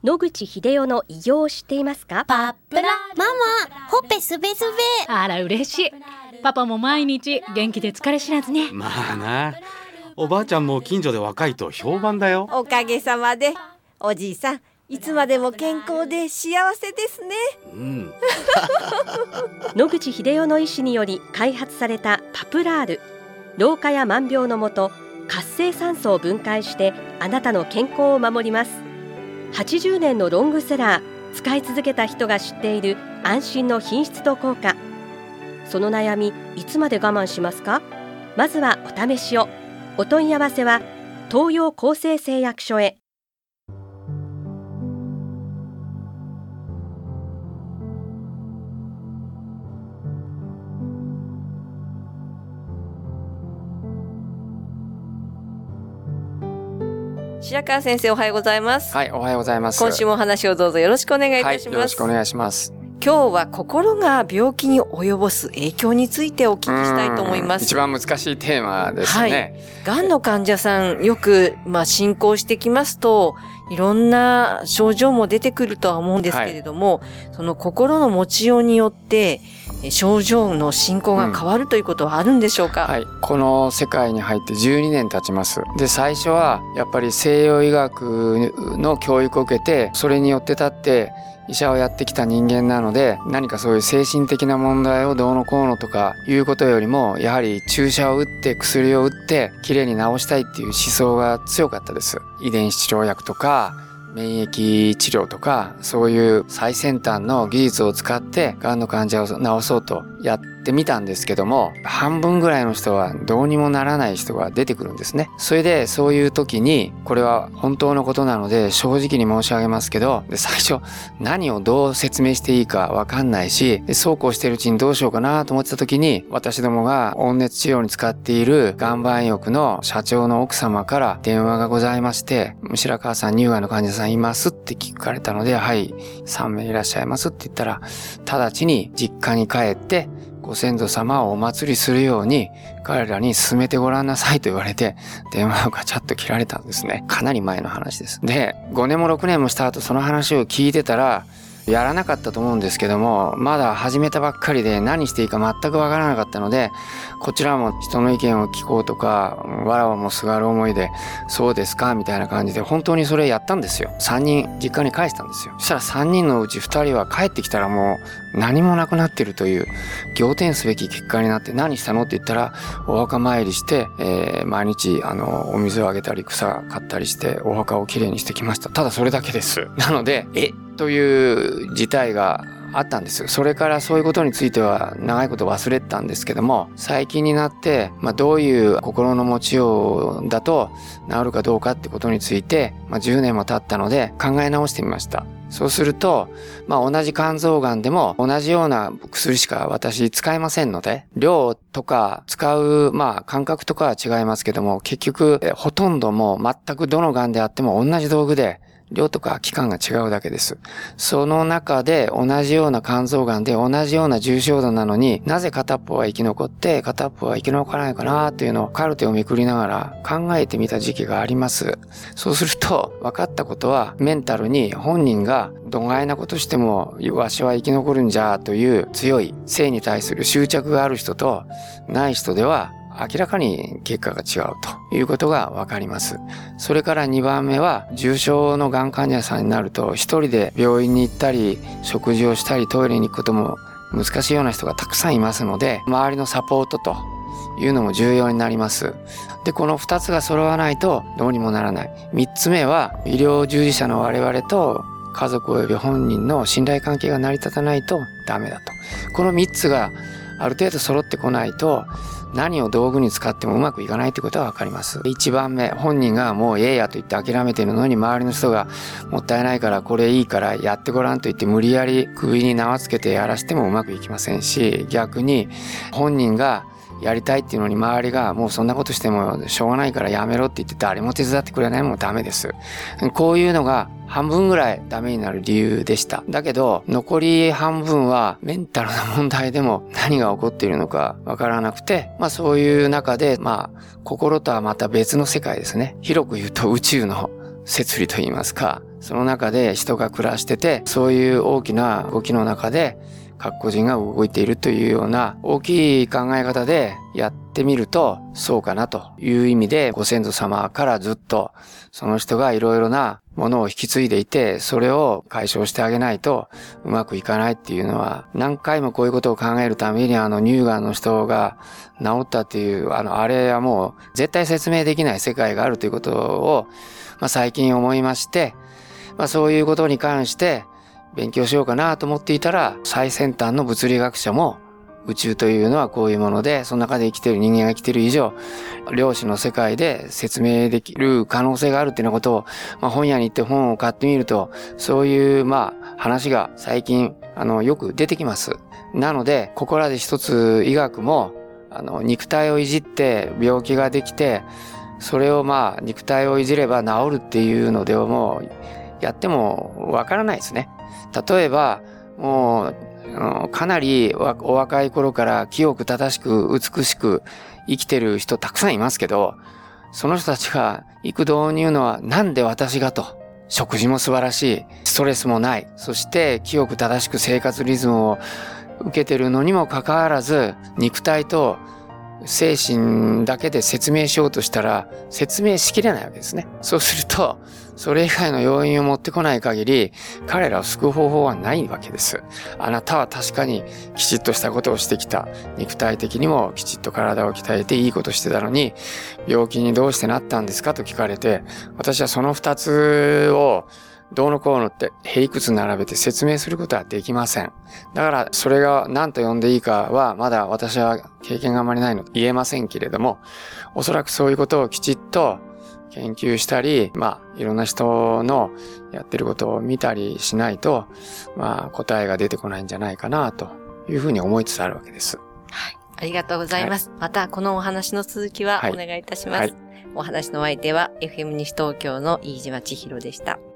野口英世の偉業を知っていますか？ パプラママ、ほっぺすべすべ。 あら嬉しい。パパも毎日元気で疲れ知らずね。 まあな、おばあちゃんも近所で若いと評判だよ。 おかげさまで。おじいさん、いつまでも健康で幸せですね。 野口英世の医師により開発されたパプラール。老化や万病のもと、活性酸素を分解してあなたの健康を守ります。80年のロングセラー、使い続けた人が知っている安心の品質と効果。その悩み、いつまで我慢しますか？まずはお試しを。お問い合わせは東洋厚生製薬所へ。 白川先生、おはようございます。 はい、おはようございます。 今週もお話をどうぞよろしくお願いいたします。 はい、よろしくお願いします。 今日は心が病気に及ぼす影響についてお聞きしたいと思います。 一番難しいテーマですね。 がんの患者さん、よく進行してきますと、いろんな症状も出てくるとは思うんですけれども、その心の持ちようによって症状の進行が変わるということはあるんでしょうか？ はい、この世界に入って12年経ちます。で、最初はやっぱり西洋医学の教育を受けて、それによって立って医者をやってきた人間なので、何かそういう精神的な問題をどうのこうのとかいうことよりも、やはり注射を打って薬を打ってきれいに治したいっていう思想が強かったです。遺伝子治療薬とか免疫治療とか、そういう最先端の技術を使ってがんの患者を治そうとやってみたんですけども、半分ぐらいの人はどうにもならない人が出てくるんですね。それでそういう時に、これは本当のことなので正直に申し上げますけど、で最初何をどう説明していいかわかんないし、そうこうしてるうちにどうしようかなと思ってた時に、私どもが温熱治療に使っている岩盤浴の社長の奥様から電話がございまして、白川さん、乳がんの患者さんいますって聞かれたので、はい、3名いらっしゃいますって言ったら、直ちに実家に帰ってご先祖様をお祭りするように彼らに進めてごらんなさいと言われて、電話をガチャッと切られたんですね。かなり前の話です。で、5年も6年もした後、その話を聞いてたら、やらなかったと思うんですけども、まだ始めたばっかりで何していいか全くわからなかったので、こちらも人の意見を聞こうとか、わらわもすがる思いで、そうですかみたいな感じで本当にそれやったんですよ。3人実家に返したんですよ。そしたら3人のうち2人は帰ってきたらもう何もなくなってるという仰天すべき結果になって、何したのって言ったら、お墓参りして、毎日お水をあげたり草買ったりしてお墓をきれいにしてきました。ただそれだけです。なのでという事態があったんです。それからそういうことについては長いこと忘れてたんですけども、最近になって、どういう心の持ちようだと治るかどうかってことについて、10年も経ったので考え直してみました。そうすると、同じ肝臓がんでも同じような薬しか私使えませんので、量とか使う、感覚とかは違いますけども、結局ほとんどもう全くどのがんであっても同じ道具で量とか期間が違うだけです。その中で同じような肝臓がんで同じような重症度なのに、なぜ片っぽは生き残って片っぽは生き残らないかなっていうのをカルテをめくりながら考えてみた時期があります。そうすると分かったことは、メンタルに本人が度外なことしてもわしは生き残るんじゃという強い性に対する執着がある人とない人では明らかに結果が違うということがわかります。それから2番目は、重症のがん患者さんになると一人で病院に行ったり食事をしたりトイレに行くことも難しいような人がたくさんいますので、周りのサポートというのも重要になります。で、この2つが揃わないとどうにもならない。3つ目は、医療従事者の我々と家族及び本人の信頼関係が成り立たないとダメだと。この3つがある程度揃ってこないと、何を道具に使ってもうまくいかないということはわかります。1番目、本人がもうええやと言って諦めているのに、周りの人がもったいないからこれいいからやってごらんと言って無理やり首に縄つけてやらしてもうまくいきませんし、逆に本人がやりたいっていうのに周りがもうそんなことしてもしょうがないからやめろって言って誰も手伝ってくれないもダメです。こういうのが半分ぐらいダメになる理由でした。だけど残り半分はメンタルな問題でも何が起こっているのかわからなくて、そういう中で心とはまた別の世界ですね。広く言うと宇宙の摂理といいますか、 その中で人が暮らしてて、そういう大きな動きの中で各個人が動いているというような大きい考え方でやってみるとそうかなという意味で、ご先祖様からずっとその人がいろいろなものを引き継いでいて、それを解消してあげないとうまくいかないっていうのは、何回もこういうことを考えるために乳がんの人が治ったっていう、あれはもう絶対説明できない世界があるということを、最近思いまして、そういうことに関して勉強しようかなと思っていたら、最先端の物理学者も宇宙というのはこういうもので、その中で生きている人間が生きている以上、量子の世界で説明できる可能性があるっていうようなことを、本屋に行って本を買ってみると、そういう話が最近よく出てきます。なので、ここらで一つ医学も肉体をいじって病気ができて、それを肉体をいじれば治るっていうのではもうやってもわからないですね。例えばもうかなりお若い頃から清く正しく美しく生きてる人たくさんいますけど、その人たちが幾度に言うのは、なんで私がと。食事も素晴らしい、ストレスもない、そして清く正しく生活リズムを受けてるのにもかかわらず、肉体と精神だけで説明しようとしたら説明しきれないわけですね。そうすると、それ以外の要因を持ってこない限り、彼らを救う方法はないわけです。あなたは確かにきちっとしたことをしてきた。肉体的にもきちっと体を鍛えていいことしてたのに、病気にどうしてなったんですかと聞かれて、私はその二つをどうのこうのってへくつ並べて説明することはできません。だからそれが何と呼んでいいかはまだ私は経験があまりないので言えませんけれども、おそらくそういうことをきちっと研究したり、いろんな人のやってることを見たりしないと、答えが出てこないんじゃないかなというふうに思いつつあるわけです。 はい。ありがとうございます。またこのお話の続きはお願いいたします。お話の相手は FM 西東京の飯島千尋でした。